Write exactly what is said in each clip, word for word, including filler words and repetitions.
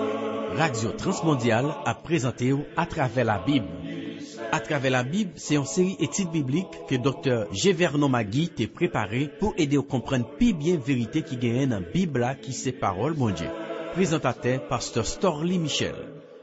Radio Transmondiale a présenté à travers la Bible. À travers la Bible, c'est une série études bibliques que docteur Gévernon Magui t'a préparé pour aider à comprendre plus bien la vérité qui gagne dans la Bible qui c'est parole mon Dieu. Présentateur pasteur Storly Michel.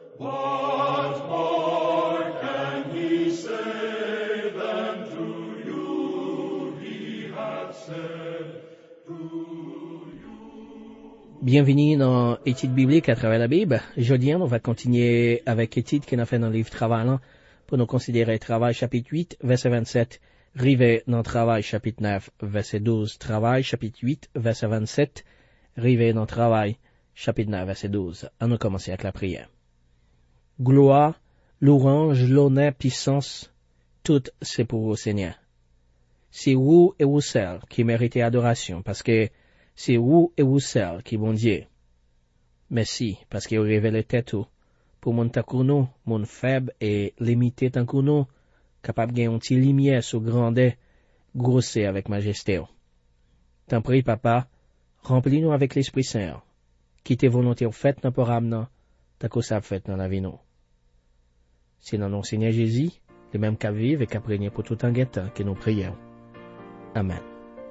Bienvenue dans l'étude biblique à travers la Bible. Aujourd'hui, on va continuer avec l'étude qu'on a fait dans le livre Travail pour nous considérer Travail chapitre huit, verset vingt-sept, rivé dans Travail chapitre neuf, verset douze, Travail chapitre huit, verset vingt-sept, rivé dans Travail chapitre neuf, verset douze. On va commencer avec la prière. Gloire, louange, l'honneur, puissance, tout c'est pour vous, Seigneur. C'est vous et vous seul qui méritez adoration parce que c'est vous et vous seul qui bon Dieu. Merci, parce que vous révélez tête pour mon takouno, mon faible et limité takouno, capable de gagner une petite lumière sur grandeur, grossée avec majesté. T'en prie, papa, remplis-nous avec l'Esprit Saint. Quittez volonté faite dans pour amener, t'as que ça fait dans la vie nous. C'est dans notre Seigneur Jésus, le même qu'à vivre et qu'à prégner pour tout un guettant que nous prions. Amen.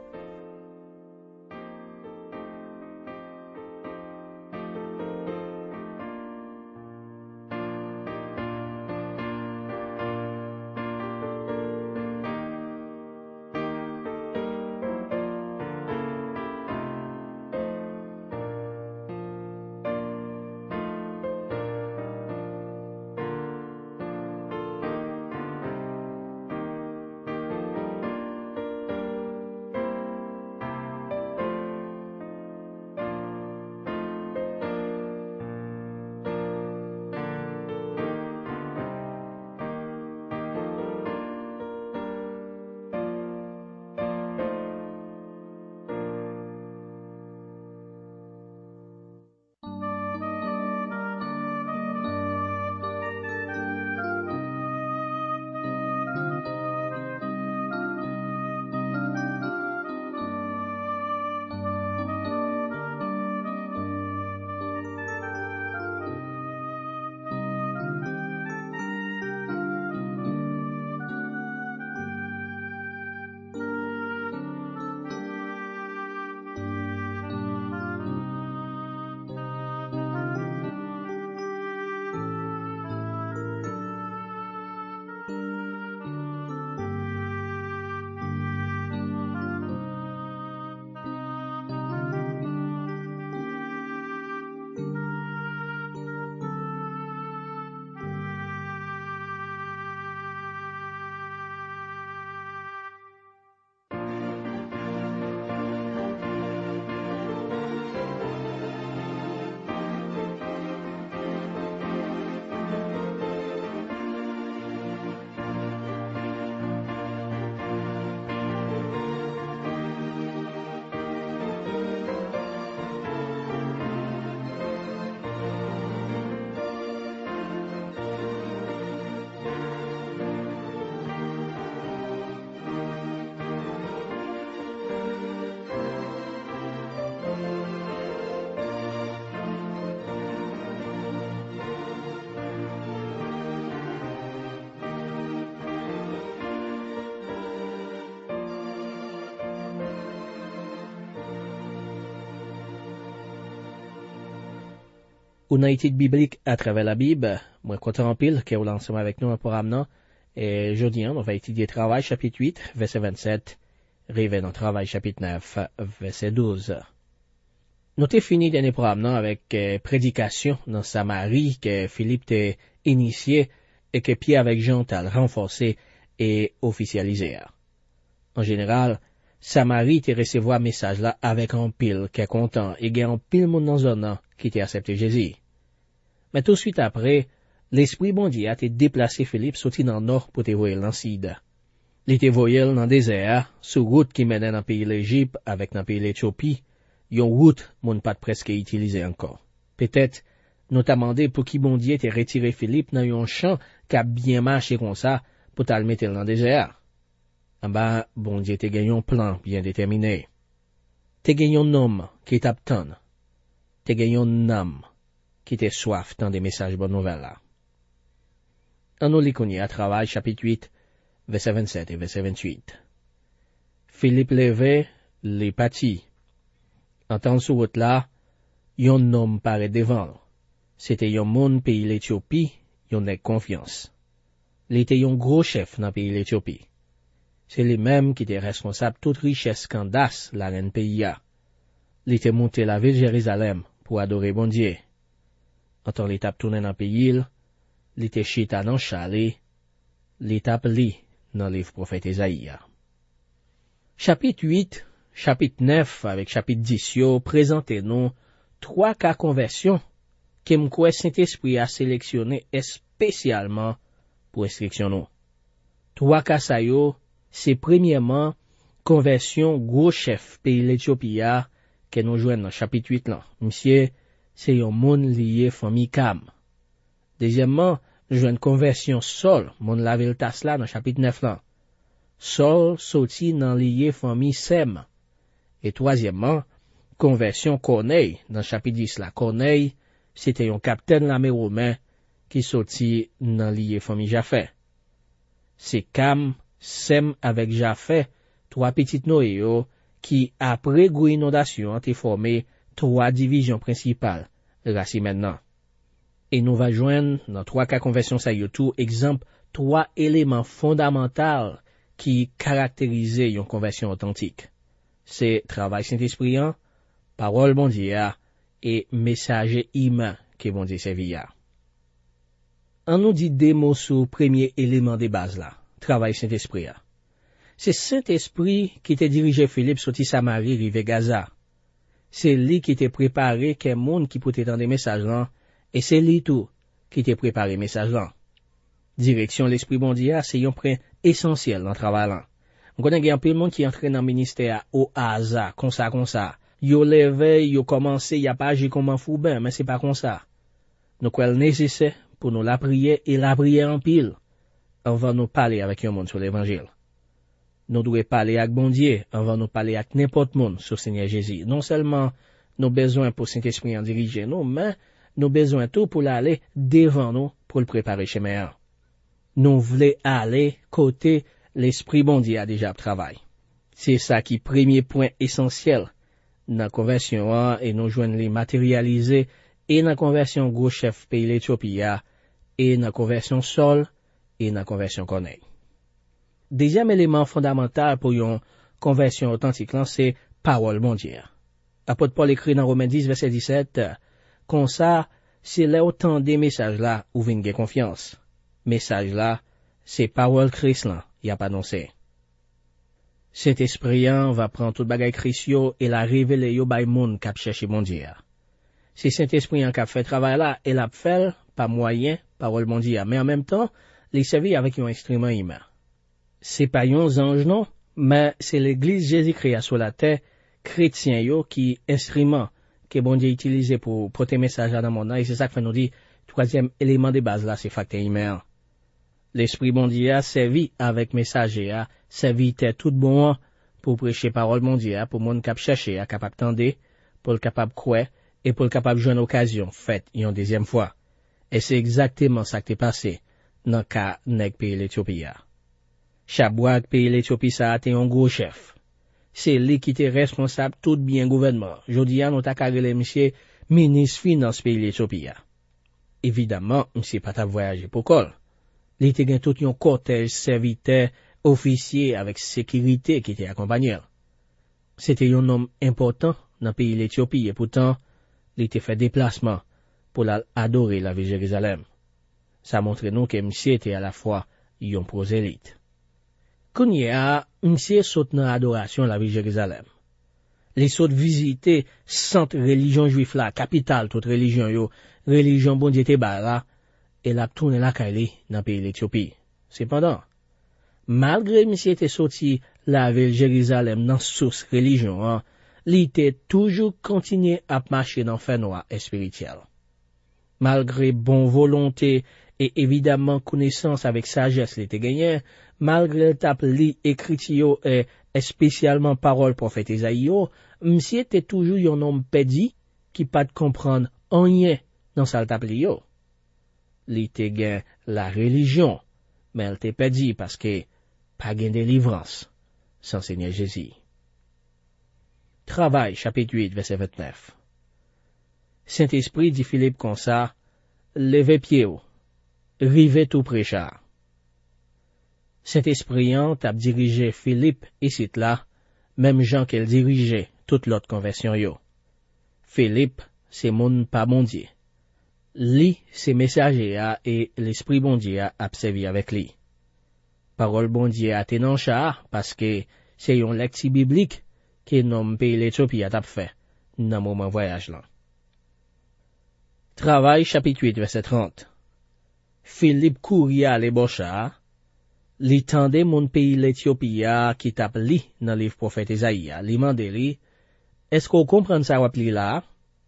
Une étude biblique à travers la Bible, moi content en pile que vous ensemble avec nous pour amener. Et aujourd'hui, on va étudier Travail chapitre huit, verset vingt-sept, rivé dans Travail chapitre neuf, verset douze. Nous t'ai fini dernier pour amener avec euh, prédication dans Samarie que Philippe t'a initié et que Pierre avec Jean t'a renforcé et officialisé. En général, Samarie t'a recevoir message là avec un pile qui est content et gagne un pile monde dans zone qui t'a accepté Jésus. Mais tout de suite après, l'Esprit bon Dieu a été déplacé Philippe sorti dans le nord pour te voir dans le sud. Il te voyait dans le désert, sur route qui menait dans le pays l'Égypte avec dans le pays l'Éthiopie, une route mon pas presque utilisée encore. Peut-être, nous t'a demandé pour qui bon Dieu t'a retiré Philippe dans un champ qui a bien marché comme ça pour t'a le mettre dans le désert. En bas, bon Dieu t'a gagné un plan bien déterminé. T'as gagné un homme qui t'attend. T'as gagné un âme qui était soif dans des messages bonnes nouvelles là. En nous les à travail, chapitre huit, verset vingt-sept et verset vingt-huit. Philippe levé, les pâtis. En temps sur route là, yon homme paraît devant. C'était yon moun pays l'Éthiopie, yon nek confiance. L'était yon gros chef dans pays l'Éthiopie. C'est les mêmes qui étaient responsables toute richesse Candace, la reine pays a. L'était monté la ville Jérusalem pour adorer bon Dieu. En temps l'étape tourné dans pays, l'était chita dans chalet, l'étape li dans livre prophète Esaïe. Chapitre huit, chapitre neuf avec chapitre dix yo présentent nous trois cas conversion que m'kwe Saint-Esprit a sélectionné spécialement pour instruction nous. Trois cas sa yo, c'est premièrement conversion gros chef pays l'Éthiopie que nous joignons dans chapitre huit là. Monsieur, c'est yon moun lié famille Cam. Deuxièmement, nous joignons conversion Saul, moun la ville Tasla dans chapitre neuf là. Saul sorti dans lié famille Sem. Et troisièmement, conversion Corneille dans chapitre dix là. Corneille, c'était un capitaine l'armée romain qui sorti dans lié famille Japhet. C'est Cam, Sem avec Japhet, trois petites Noé qui après gros inondation ont formé trois divisions principales, raci maintenant. Et nous va joindre dans trois cas conversion ça yo tout exemple trois éléments fondamentaux qui caractérisent une conversion authentique. C'est travail Saint-Esprit, parole bon Dieu et messager humain que bon Dieu servi. On nous dit des mots sur le premier élément des bases là, travail Saint-Esprit. C'est Saint-Esprit qui t'a dirigé Philippe sorti Samarie rive Gaza. C'est lui qui t'a préparé qu'un monde qui pouvait entendre des messages là, et c'est lui tout qui t'a préparé message là. Direction l'Esprit bon Dieu, c'est un point essentiel dans le travail là. On connaît un peu de monde qui entre dans le ministère au hasard, comme ça, comme ça. Yo levé, yo commencé, y a pas agi comme un fou ben, mais c'est pas comme ça. Nous quoi nécessaire pour nous la prière et la prière en pile. On va nous parler avec un monde sur l'évangile. Nous devons parler avec bon Dieu, on va nous parler avec n'importe monde sur Seigneur Jésus. Non seulement nous besoin pour Saint-Esprit en diriger nous, mais nous besoin tout pour l'aller devant nous pour le préparer chemin. Nous voulons aller côté l'Esprit bon Dieu a déjà travaillé. C'est ça qui est premier point essentiel dans la conversion et nous joignons les matérialiser et dans la conversion gros chef pays l'Éthiopie et dans la conversion Saul et dans la conversion Corneille. Deuxième élément fondamental pour une conversion authentique, c'est parole bon Dieu. Apôtre Paul écrit dans Romains dix, verset dix-sept, comme ça, c'est là autant des messages là où vient de confiance. Message là, c'est parole Christ là, y a pas annoncé. Cet esprit va prendre tout bagay Christ yo et la révéler yo bay moun k'ap chercher mon Dieu. C'est Saint-Esprit qui a fait travail là et l'a fait par moyen parole mon Dieu, mais en même temps, les servir avec un instrument humain. C'est pas yon ange non, mais c'est l'église Jésus-Christ sur la terre, chrétien yo qui instrument que bon Dieu utilisé pour porter message dans le monde et c'est ça que fait nous dit troisième élément de base là, c'est facteur humain. L'Esprit bon Dieu a servi avec messager, a servi tout bon pour prêcher parole bon Dieu, pour monde cap chercher, capable tendre, pour le capable croire et pour le capable jouer une occasion faite une deuxième fois. Et c'est exactement ça qui est passé dans le cas de pays l'Éthiopie. Chabouak pays l'Éthiopie ça a été un gros chef. C'est lui qui était responsable tout bien gouvernement. Jodi a nous ta carrelé monsieur ministre finance pays l'Éthiopie. Évidemment, monsieur pas ta voyager pour col. Il était gain tout un cortège serviteur officier avec sécurité qui était accompagné. C'était un homme important dans le pays l'Éthiopie et pourtant, il était fait déplacement pour adorer la ville Jérusalem. Ça montre nous que monsieur était à la fois un prosélyte. Quand il y a, monsieur saute dans l'adoration de la ville Jérusalem. Les sautes visiter centre religion juif là, capitale toute religion yo, religion bon Dieu te ba là, et l'a tourné la Kaili dans le pays l'Éthiopie. Cependant, malgré monsieur était sorti la ville Jérusalem dans source religion, hein, il était toujours continué à marcher dans le fait noir et spirituel. Malgré bonne volonté et évidemment connaissance avec sagesse il était gagné, malgré le tape li écritio et spécialement parole prophète Esaïe, monsieur était toujours un homme pédi qui pas de comprendre rien dans sa tapli yo. Li te gen la religion, mais elle te perdu parce que pas gen délivrance sans Seigneur Jésus. Travail, chapitre huit, verset vingt-neuf. Saint-Esprit dit Philippe comme ça, levez pied ou, rive tout prêcheur. Saint-Esprit t'a dirigé Philippe ici là, même Jean qu'elle dirigeait toute l'autre conversion yo. Philippe, c'est mon pas bon Dieu. Li, c'est messager a et l'Esprit bon Dieu a observé avec lui. Parole bon Dieu a tenan cha parce que c'est un lecture biblique que nomme pays l'Éthiopie a tap fait dans moment voyage là. Travail chapitre huit verset trente. Philippe couria les bocha, li tende mon pays l'Éthiopie qui tape li dans livre prophète Isaïe, li mande li, est-ce qu'on comprend ça wap li là?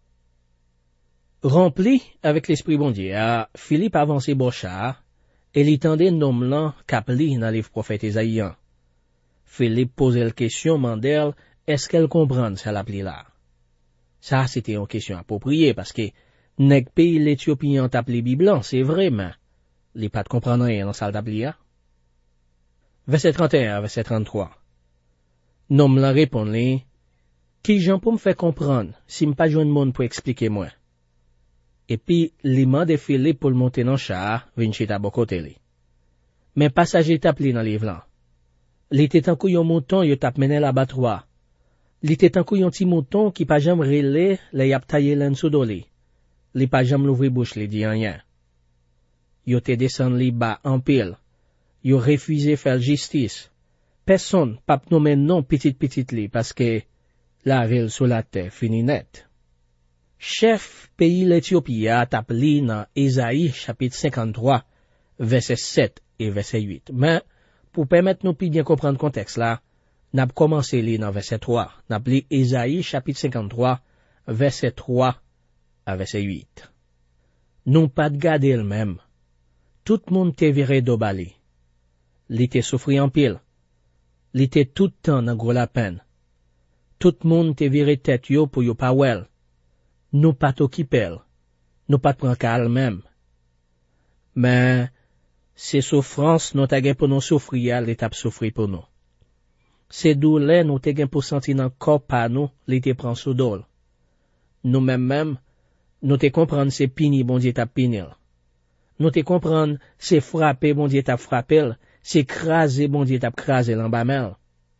Rempli avec l'Esprit bon Dieu, Philippe avancé bocha, et li tende nom lan kap li dans livre prophète Isaïe. Philippe posait la question, mandel, est-ce qu'elle comprend ça la pli là? Ça, c'était une question appropriée, parce que, nek pays l'Éthiopien tape les biblan, c'est vrai, mais, li pas de comprendre rien dans ça tapli là. Verset trente et un, verset trente-trois. Nom lan répond li, qui j'en pour me faire comprendre, si m'pas joindre monde pour expliquer moi. Et puis, li mande Philippe pour le monter dans char, vin chita bo kote li. Mais passager tape li dans livre là. Li te tankou yon mouton yo tap mene l'abattoir. Li te tankou yon ti mouton qui pa jam rele le yap taye len sou do li. Li pa jam l'ouvri bouche li di rien. Yo te descend li ba en pile. Yo refusé faire justice. Personne pap nomme non petit petit li parce que la ville sous la terre fini net. Chef pays l'Éthiopie a tap li dans Ésaïe chapitre cinquante-trois verset sept et verset huit. Mais pour permettre nous plus bien comprendre le contexte là, n'a commencé li dans verset trois. N'a li Ésaïe chapitre cinquante-trois verset trois à verset huit. Non pas de garder le même. Tout le monde te viré d'obali. Li te souffri en pile. Li te tout temps dans gros la peine. Tout le monde te viré tête yo pour yo pa wel. Nous pas t'occupel. Nous pas prendre calme même. Mais, c'est souffrance nous t'as pour nous souffrir, l'étape souffrir pour nous. C'est douleur nous t'as pour sentir dans corps pas nous, l'été prend sous dol. Nous même même, nous te comprendre c'est pini bon Dieu t'a pinil. Nous te comprendre c'est frapper bon Dieu t'a frappé, c'est craser bon Dieu t'a crasé l'embamel.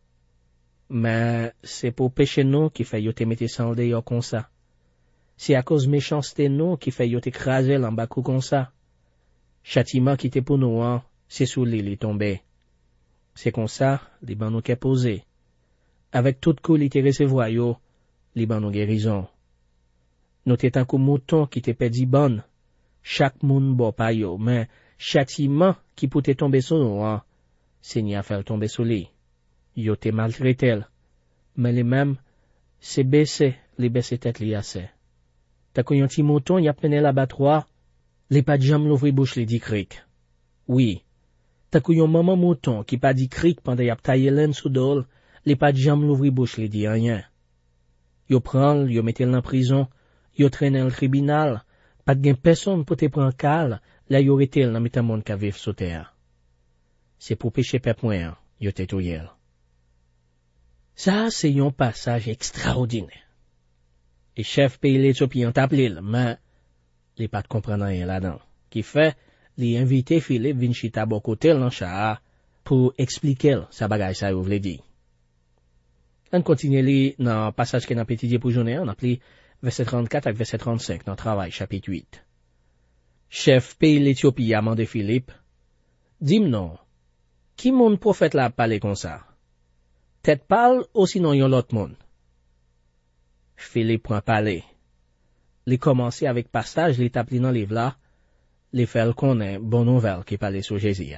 Mais, c'est pour pécher nous qui fait yo te mette sans dehors comme ça. C'est à cause méchanceté nous qui fait yo te craser l'embacou comme ça. Châtiment qui était pour nous, hein, c'est sous l'île est tombé. C'est comme ça, les ban nous qu'est posé. Avec toute coup, il te recevoir yo, les ban nous guérison. Nous t'es un coup mouton qui te pédi bonne. Chaque moun bo pa yo, mais châtiment qui peut te tomber sur nous, hein, c'est n'y a fait tomber sous l'île. Yo te maltraité, mais les mêmes, c'est baissé, les baissé tête li assez. T'as qu'on yon ti mouton, y a pené l'abattoir, les pas de jam l'ouvri bouche les dit cric. Oui. T'as qu'on yon maman mouton qui pas dit cric pendant y a taillé laine sous dol, les pas de jam l'ouvri bouche les dit rien. Yo prend, yo mette en prison, yo traîne le tribunal, pas de gen personne pour te prendre cal, là yo rete dans mette monde ka vive sous terre. C'est pour pécher pep moyen, yo te touyel. Ça, c'est un passage extraordinaire. Et chef pays l'Éthiopien t'appelé, mais, les pas de comprendre rien là-dedans. Qui fait, les invité Philippe Vinchita Bokotel dans char, pour expliquer sa bagage ça ou vle dit. On continue li dans passage qui n'a petit dit pour journée, on appelé verset trente-quatre avec verset trente-cinq dans Travail, chapitre huit. Chef pays l'Éthiopie a mandé Philippe, dis-moi non, qui mon prophète là parlé comme ça? Tête parle ou sinon yon l'autre monde? Philippe prend parler. Il commencé avec passage, il tape dans le livre là, il fait le connaît, bonne nouvelle qui parlait sur Jésus.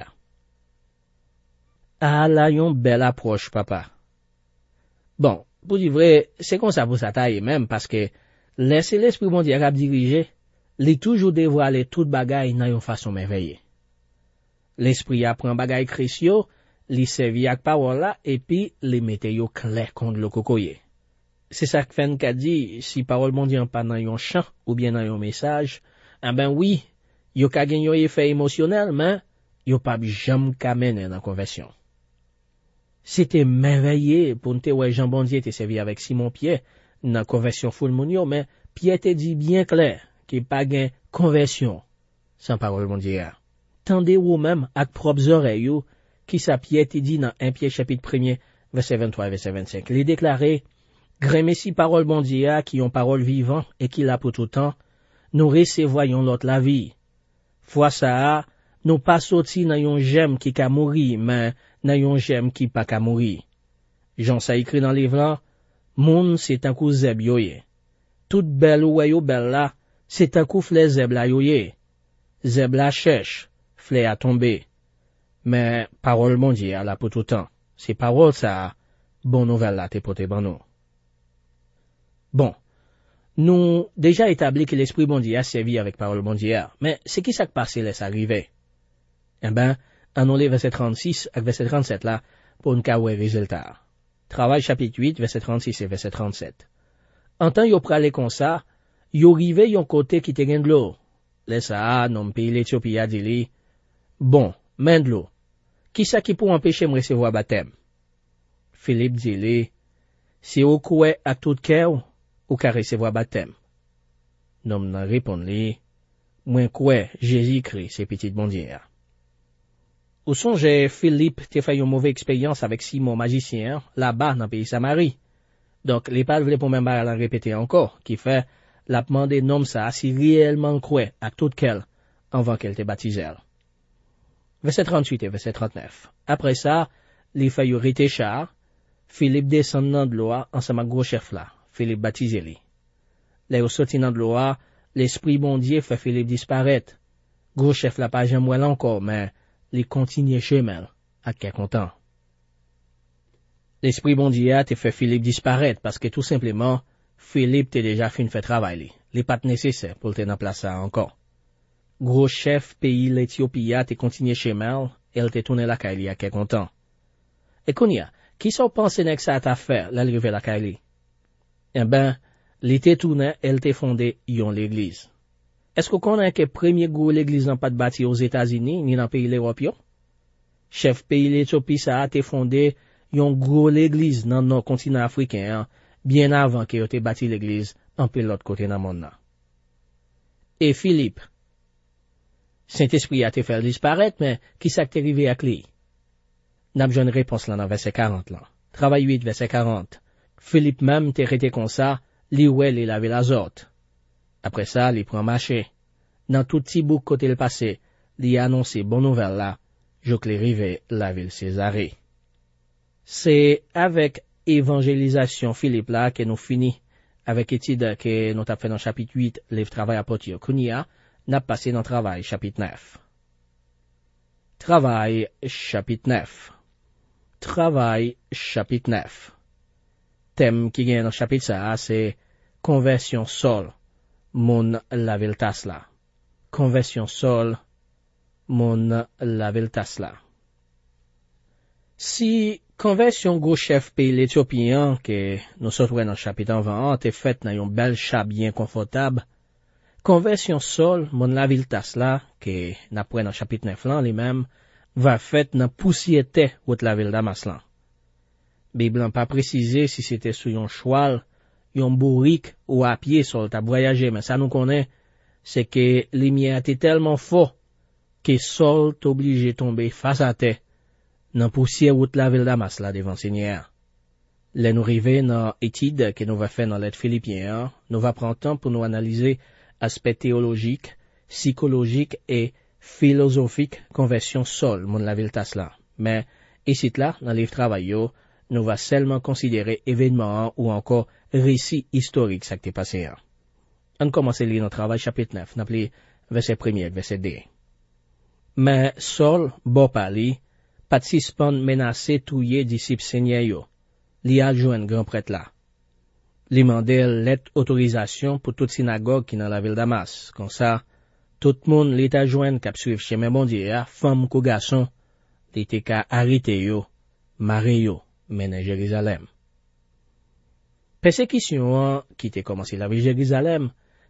Ah là, yon belle approche, papa. Bon, pour dire vrai, c'est comme ça pour sa taille même, parce que, laissez l'esprit bon Dieu diriger, il toujours dévoiler toute bagaille dans une façon merveilleuse. L'esprit apprend bagaille Christio, li servi ak parole là, et puis, li mette yo clair contre le cocoyer. C'est ça que fait qu'a dit, si parole bon Dieu pas dans yon chant, ou bien dans yon message, eh ben oui, yo ka gen yon effet émotionnel, mais yo pas jamais ka mener dans conversion. C'était merveilleux pour nous ouais Jean Bondier te servi avec Simon Pierre dans conversion full moun yo, mais Pierre te dit bien clair qu'il pas gen conversion sans parole Bondier. Tendez ou même avec propres oreilles yo qui sa Pierre te dit dans un Pierre chapitre premier verset vingt-trois verset vingt-cinq. Il déclaré Grand Messie parole Bondier qui ont parole vivant et qui l'a pour tout temps, nous recevoyons l'autre la vie. Fois ça, nous pas sorti dans yon gemme qui ka mouri, mais dans yon gemme qui pas ka mouri. Jean ça écrit dans le livre là, moun c'est un coup zeb yoye. Toute belle ou yo belle là, c'est un coup flè zeb la yoye. Zeb la cherche, flè a tomber. Mais parole Bondier là pour tout temps. C'est parole ça, bon nouvelle là te pote ban nous. Bon. Nous déjà établi que l'esprit Bondier a servi avec parole Bondier, mais c'est qui ça qui passé laisse arriver? Eh ben, on lit verset trente-six avec verset trente-sept là, pour nous kawè résultat. Travail chapitre huit, verset trente-six et verset trente-sept. En temps yo pralé comme ça, yo rive yon côté qui te gen de l'eau. Laisse ça, non pays l'Éthiopie a dit li, bon, men de l'eau. Qui ça qui pour empêcher me recevoir baptême? Philippe dit li, si ou kouè à tout cœur, ou ka recevoir baptême. Non nan répond li, mwen kouè Jésus-Christ c'est petit Bondier. Ou songe Philippe te fait une mauvaise expérience avec Simon magicien là-bas dans le pays Samarie. Donc, les pas voulaient pour même la répéter encore, qui fait la demande nom ça si réellement croit à tout quel avant qu'elle te baptise. Verset trente-huit et verset trente-neuf. Après ça, les fait y rete char, Philippe descend dans de l'eau ensemble avec gros chef là, Philippe baptisé li. Là au sorti dans de l'eau, l'esprit Bondier fait Philippe disparaître. Gros chef là pas jamais là encore, mais les continuer chemin, à quel content. L'esprit Bondier te fait Philippe disparaître parce que tout simplement, Philippe t'est déjà fin fait travail, les pas nécessaires pour te dans place ça encore. Gros chef pays l'Éthiopie te continué chemin, elle te tourné la caille à quel content. Et Kounia, qui sont pensé que ça t'a fait, l'arrivée la caille? Eh ben, l'été tourné, elle te fondé yon l'église. Est-ce qu'on connaît que premier gros l'église n'a pas de bâti aux États-Unis, ni dans le pays l'Europe? Chef pays l'Éthiopie, ça a été fondé yon gros l'église dans nos continent africain, hein, bien avant qu'il ait bâti l'église en peu l'autre côté dans le monde. Et Philippe, Saint-Esprit a été fait disparaître, mais qui s'est arrivé à lui? N'a pas une réponse là dans verset quarante là. Travail huit, verset quarante. Philippe même t'est resté comme ça, li ouè li lave la zote. Après ça, li prend marché. Dans tout petit bout côté le passé, li annoncé bonne nouvelle là, je l'ai rivé la ville Césarée. C'est avec évangélisation Philippe là que nous finit avec étude que nous avons fait dans chapitre huit, livre travail apôtre Kounia, n'a passé dans travail chapitre neuf. Travail chapitre neuf. Travail chapitre neuf. Thème qui gagne dans chapitre ça, c'est conversion sol, mon la ville tasla. Conversion sol, mon la ville tasla. Si conversion gros chef pays l'Éthiopien que nous sortons dans le chapitre vingt est faite dans un bel chat bien confortable, conversion sol, mon la ville tasla que nous prenons dans le chapitre neuf là, les mêmes, va faite dans poussière ou la ville Damas là. Bible n'a pas précisé si c'était sur un cheval, un bourrique ou à pied sur le table voyager, mais ça nous connaît, c'est que lumière était tellement fort que sol t'obligé de tomber face à terre dans poussière ou la ville Damas là devant Seigneur. Là nous arrivons dans l'étude que nous va faire dans l'aide Philippiens, nous va prendre temps pour nous analyser aspect théologique, psychologique et philosophique conversion sol mon la ville Tasla. Mais ici là dans le livre travail nous va seulement considérer événements ou encore récits historiques ça qui est passé. On commence à lire notre travail chapitre neuf, n'appelé verset premier, verset deux. Mais Saul, bon pali, participant menacé touyer disciples seigneur yo, li a joint grand prêtre là. Li mandé lettre autorisation pour toute synagogue qui dans la ville Damas. Comme ça, tout le monde li ta joint k'ap suivre chemin bon Dieu, femme ou garçon, li te ka arrêter yo, maré yo, men à Jérusalem. Persécution qui te commencé la ville Jérusalem,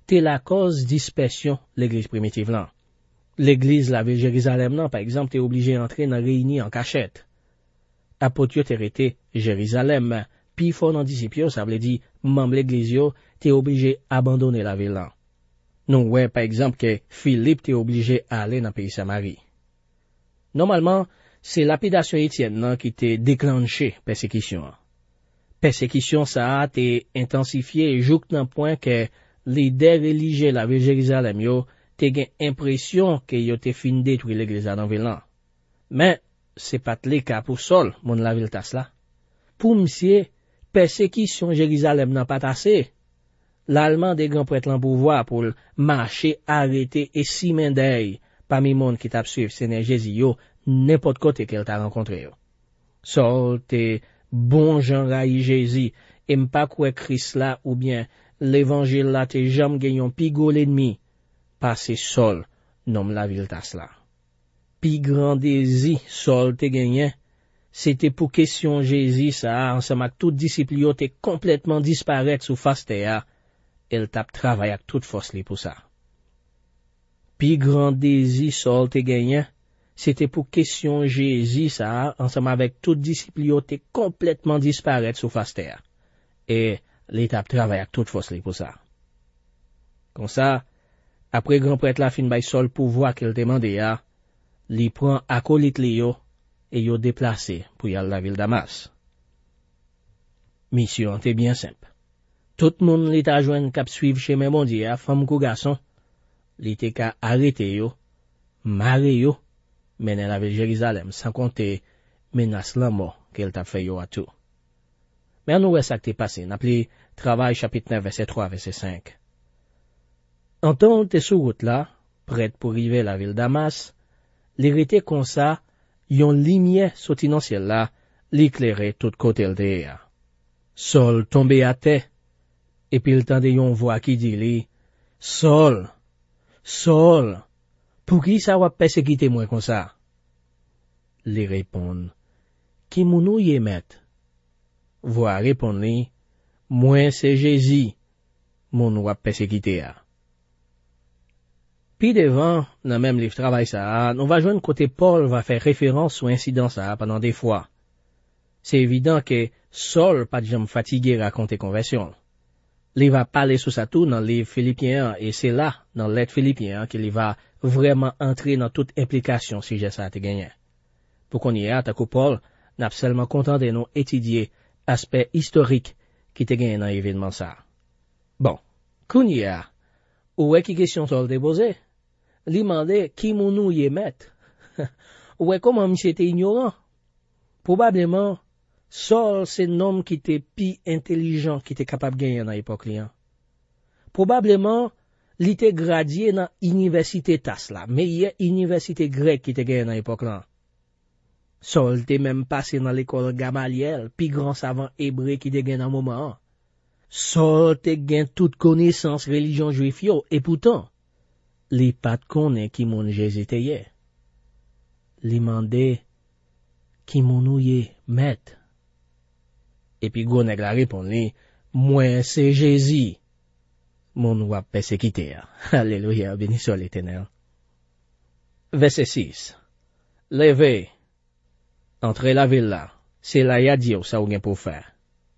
t'es la cause dispersion l'église primitive là. L'église la ville Jérusalem là, par exemple, t'es obligé d'entrer dans réunion en cachette. Apôtre yo t'es resté Jérusalem, puis fort dans disciples, ça veut dire membre l'église yo, t'es obligé abandonner la ville là. Non ouais, par exemple que Philippe t'es obligé à aller dans le pays Samarie. Normalement, c'est lapidation Étienne nan qui t'est déclenché persécution. Persécution ça a été intensifié jusqu'à un point que leader religieux la ville Jérusalem yo t'es gen impression que yo t'es fin détruire l'église dans ville là. Mais c'est pas le cas pour Saul, mon la ville tas là. Pour monsieur, persécution Jérusalem n'a pas tassé. L'allemand des grands prêtres en pouvoir pour marcher, arrêter et simendeil parmi monde qui t'a suivre Seigneur Jésus yo n'importe côté qu'elle t'a rencontré yo. Saul t'es bon Jean raï Jésus et m'pas quoi Christ là ou bien l'évangile là t'es jamais gagnon pigo l'ennemi passé Saul nomme la ville tas là. Pi grand désir Saul te gagné, c'était pour question Jésus ça, ensemble avec tout disciple yo te complètement disparaître sous face terre, elle t'a travaillé avec toute force li pour ça. Pi grand désir Saul te gagné, c'était pour question Jésus ça, ensemble avec tout disciple yo te complètement disparaître sous face terre, et l'étape travaille avec toute force li pour ça. Comme ça, après grand prêtre la fin bay Saul pouvoir qu'elle demandait à, li prend acolyte li yo, et yo déplacé pour y aller à la ville Damas. Mission était bien simple. Tout le monde li ta joine k'ap suivre chemin bon Dieu, femme kou garçon, li te ka arrêter yo, marrer yo, mener la ville Jérusalem, sans compter menace la mort qu'elle t'a fait yo à tout. Mais nous ça qui t'est passé, n'appelé Travail chapitre neuf verset trois verset cinq. En temps t'es sur route là, prête pour arriver à la ville Damas, l'hérité comme ça, yon lumière sorti dans ciel là, l'éclairer tout côté le derrière. Saul tombé à terre, et puis il tendait yon voix qui dit li, Saul, Saul, pour qui ça va persécuter moi comme ça? Li répond, qui mounou y met? Voix répond li, moi c'est Jésus, mon va persécuter a. Puis devant, dans même livre travail ça, on va joindre côté Paul va faire référence au incident ça pendant des fois. C'est évident que Saul pas de jamais fatigué raconter conversion. Il va parler sur ça tout dans le livre Philippiens et c'est là, dans l'être Philippiens, qu'il va vraiment entrer dans toute implication si j'ai ça à te gagner. Pour qu'on y ait, à Paul, n'a seulement content de nous étudier aspect historique qui te gagne dans l'événement ça. Bon, qu'on y a, où est qui question Saul déposé? Li mandé qui mounou y met. Ou est comment monsieur était ignorant? Probablement, Saul c'est un homme qui était plus intelligent qui était capable de gagner dans l'époque là. Probablement, il était gradué dans l'université Tas là, meilleure université grecque qui était gagné dans l'époque là. Saul était même passé dans l'école Gamaliel, plus grand savant hébreu qui était gagné dans le moment. Saul était gagné toute connaissance religion juif yo, et pourtant, li pat konnen qui mon Jésus te yé. Li mandé qui mon ouye met. Et puis gonèg la répond li, moi c'est Jésus. Mon ou a persécuté. Alléluia, béni soit l'Éternel. Verset six. Levez, entrez la ville là, c'est là y a Dieu ça ou gen pour faire.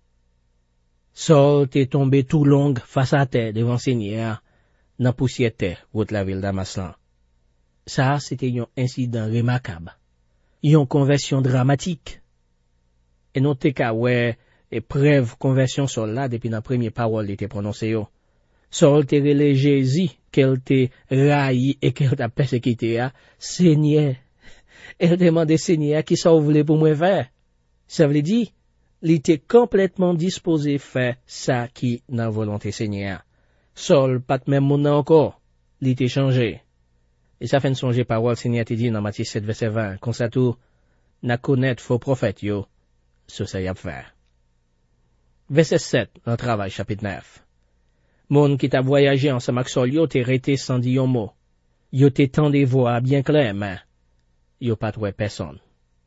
Saul t'est tombé tout long face à terre devant Seigneur, dans poussière terre, route la ville d'Amaslan. Ça, c'était un incident remarquable. Une conversion dramatique. Et non te ka ouais, et preuve conversion sur là depuis la première parole était prononcée yo. Saul te relé Jésus, qu'elle te raï et qu'elle t'a persécuté à, Seigneur. Elle demandait Seigneur qui ça voulait pour moi faire. Ça veut dire, il était complètement disposé faire ça qui n'a volonté Seigneur. Saul, pas même mon nom encore, il était changé. Et ça fait une songer parole Seigneur te dit dans Matthieu sept verset vingt, comme ça tout, n'a connaître faux prophètes yo, ce ça y a faire. Verset sept, dans Travail chapitre neuf. Moun qui t'a voyagé ensemble avec Saul yo t'es resté sans dire un mot. Yo t'es tant des voix bien claires, mais yo pas trouvé personne.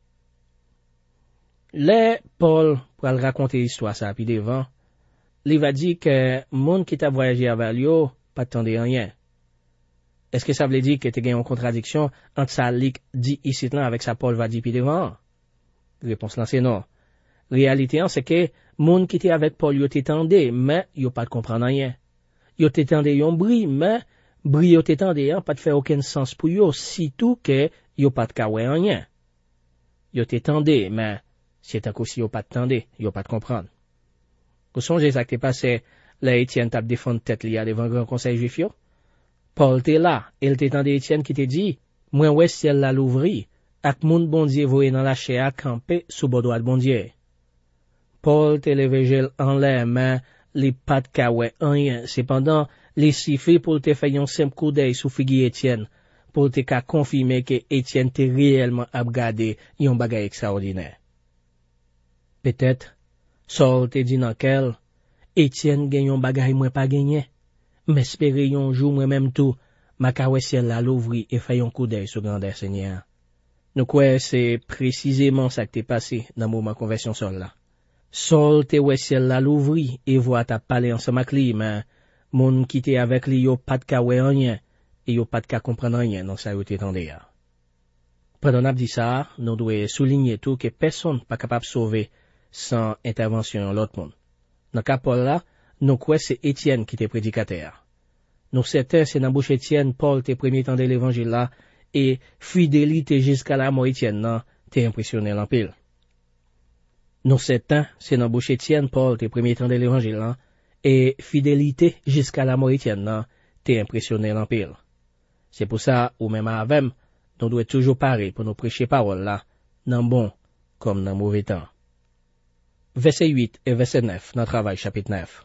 Là, Paul, pour raconter l'histoire ça, puis devant, il va dire que moun qui t'a voyagé avec lui, pas tendez rien. Est-ce que ça veut dire que tu as une contradiction entre ça lik dit ici là avec sa Paul va dire puis devant? Réponse là c'est non. Réalité c'est que moun qui était avec Paul yo t'étendé mais yo pas de comprendre rien. Yo t'étendé yon bri mais bri yo t'étendé pas de faire aucun sens pour yo si tout que yo pas de kawè rien. Yo t'étendé mais c'est un coup si yo pas de tendé, yo pas de comprendre. Vous songez ça qui passé là Étienne t'a défendre tête li a devant grand conseil juif yo? Paul t'es là, il t'étendé Étienne qui te dit, moi ouais ciel la l'ouvri, ak moun bon Dieu voye dans la chair camper sous bodois de bon Dieu. Paul t'est levé gel en l'air, mais les pas de kawè rien, cependant, les siffler pour te faire un simple coup d'œil sous figure Étienne, pour te ka confirmer que Étienne t'est réellement abgardé yon bagay extraordinaire. Peut-être, Saul te dit dans quel, Étienne gagne yon bagay moins pas gagné. M'espérer yon jour moi-même tout, ma kawè ciel la l'ouvri et fait un coup d'œil sur grandeur Seigneur. Nous quoi c'est précisément ça qui t'est passé dans le moment conversion Saul là. Saul te wè ciel la l'ouvri et voit ta parler ensemble avec lui, mais moun qui t'est avec lui yo pas de kawè rien et yo pas de ka comprendre rien dans ça yo t'étendé ya. Pendant n'a dit ça, nous devons souligner tout que personne pas capable de sauver sans intervention de l'autre monde. Dans cas Paul là, nous quoi c'est Étienne qui était prédicateur. Nous certains c'est dans bouche Étienne Paul t'es premier temps de l'évangile là et fidélité jusqu'à la mort Étienne non t'es impressionné en pile. Nous certains c'est dans bouche Étienne Paul t'es premier temps de l'évangile là et fidélité jusqu'à la mort Étienne non t'es impressionné en pile. C'est pour ça ou même avec nous devons toujours parer pour nous prêcher parole là dans bon comme dans mauvais temps. Verset huit et verset neuf dans travail chapitre neuf.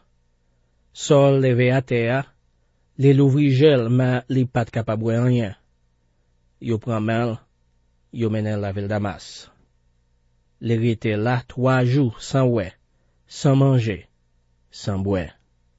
Saul levé à terre, les l'ouvri gel, mais les pas capable de rien. Yo prend mal, yo mène la ville Damas. Les était là trois jours sans ouais, sans manger, sans boire.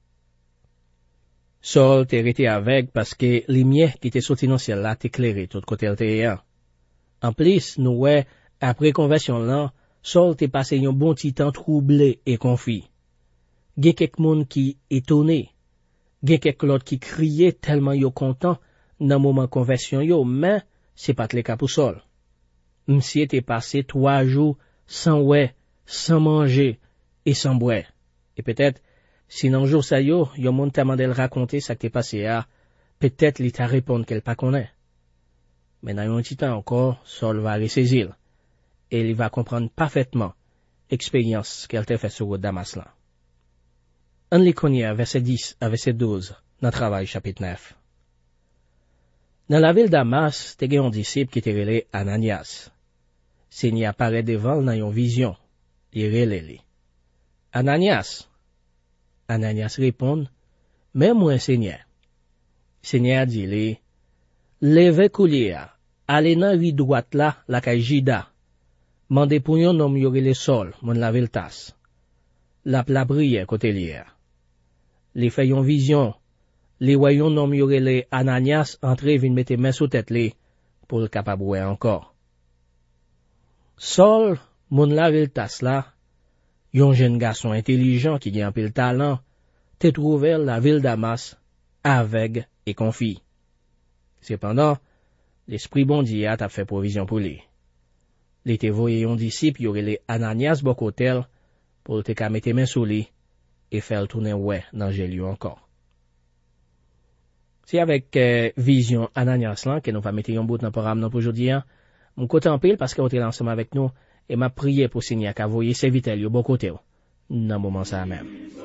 Saul t'est resté avec parce que les miens qui étaient sortis dans le ciel là t'éclairé tout côté le En plus, nous ouais, après conversion là, Saul t'est passé un bon petit temps troublé et confus. Gen quelques moun qui étonné, gen quelques l'autre qui criait tellement yo content dans moment conversion yo, mais c'est pas le cas pour Saul. M'si était passé trois jours sans ouais, sans manger et sans boire. Et peut-être, si dans jour ça yo, yon moun t'a mandé le raconter ça qui t'est passé à, peut-être il t'a répondre qu'elle pas connaît. Mais dans un petit temps encore, Saul va ressaisir, et il va comprendre parfaitement l'expérience qu'elle t'a fait sur le Damas là. On les connaît verset dix à verset douze, dans travail chapitre neuf. Dans la ville Damas, t'es un disciple qui était relé Ananias. Seigneur apparaît devant dans une vision, il relé li. Ananias. Ananias répond, mais moi Seigneur. Seigneur dit li, levez coulier, allez dans rue droite là, la kay Jida. Mandez pour yon nom yore le sol, mon la ville tas. La pla prière côté lière. Les fait yon vision, les voyons nom yore le Ananias entre vin mette main sous tête li, pour le capable ouais encore. Sol, mon la ville tas là, yon jeune garçon intelligent qui a un peu talent, te trouvé la ville Damas, aveugle et confit. Cependant, l'esprit bon Dieu a fait provision pour lui. Il te voyé un disciple yore le Ananias bokotel, pour te ka mette main sous lui, et faire tourner ouais dans Jélieu encore. C'est avec euh, vision Ananias là que nous va mettre un bout dans le programme pour aujourd'hui. Mon côté en pile parce que vous êtes ensemble avec nous et m'a prié pour signer qu'à voyer serviteur yo bon côté. Dans moment ça même.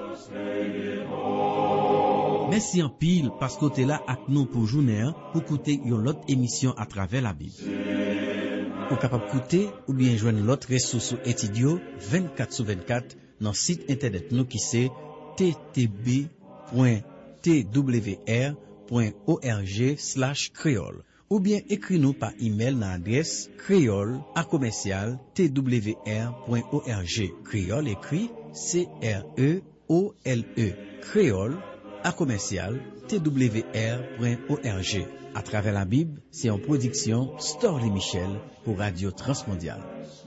Merci en pile parce que vous êtes là avec nous pour journée pour écouter une autre émission à travers la Bible. Pour capable écouter ou bien joindre l'autre ressource étudio vingt-quatre sur vingt-quatre dans le site internet nous qui c'est t t b point t w r point org slash créole ou bien écris-nous par email dans l'adresse créole à commercial t w r point org. Créole écrit C R E O L E. Créole à commercial t w r point org. À travers la Bible, c'est en production Storlie Michel pour Radio Transmondiale.